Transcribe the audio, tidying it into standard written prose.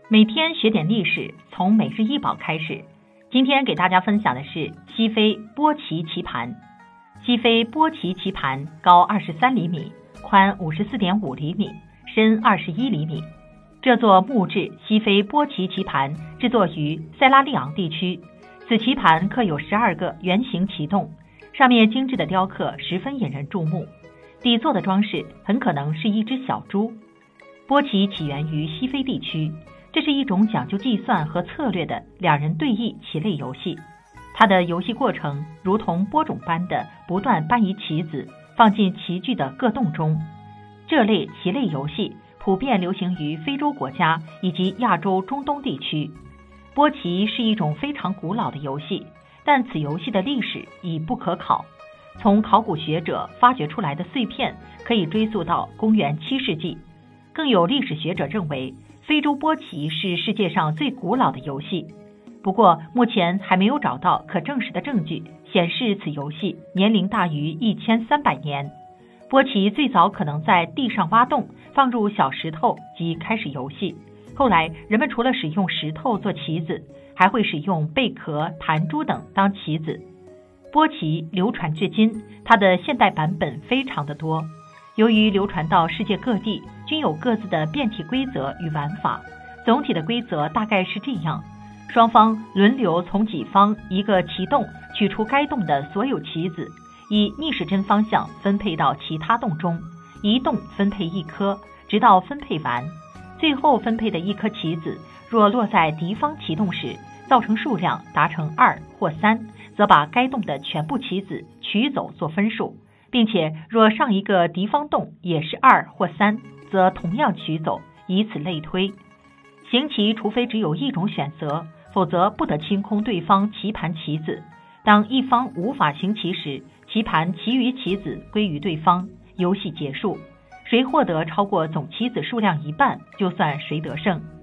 每天学点历史，从每日一宝开始。今天给大家分享的是西非波奇棋盘。西非波奇棋盘高23厘米，宽54.5厘米，深21厘米。这座木质西非波奇棋盘制作于塞拉利昂地区。此棋盘刻有12个圆形棋洞，上面精致的雕刻十分引人注目。底座的装饰很可能是一只小猪。波棋起源于西非地区，这是一种讲究计算和策略的两人对弈棋类游戏。它的游戏过程如同播种般的不断搬移棋子放进棋具的各洞中。这类棋类游戏普遍流行于非洲国家以及亚洲中东地区。波棋是一种非常古老的游戏，但此游戏的历史已不可考。从考古学者发掘出来的碎片可以追溯到公元7世纪。更有历史学者认为，非洲波棋是世界上最古老的游戏。不过目前还没有找到可证实的证据显示此游戏年龄大于1300年。波棋最早可能在地上挖洞，放入小石头即开始游戏。后来人们除了使用石头做棋子，还会使用贝壳、弹珠等当棋子。波棋流传至今，它的现代版本非常的多。由于流传到世界各地，均有各自的变体规则与玩法。总体的规则大概是这样：双方轮流从己方一个棋洞取出该洞的所有棋子，以逆时针方向分配到其他洞中，一洞分配一颗，直到分配完。最后分配的一颗棋子若落在敌方棋洞时，造成数量达成2或3，则把该洞的全部棋子取走做分数，并且若上一个敌方洞也是2或3，则同样取走，以此类推。行棋除非只有一种选择，否则不得清空对方棋盘棋子。当一方无法行棋时，棋盘其余棋子归于对方，游戏结束。谁获得超过总棋子数量一半，就算谁得胜。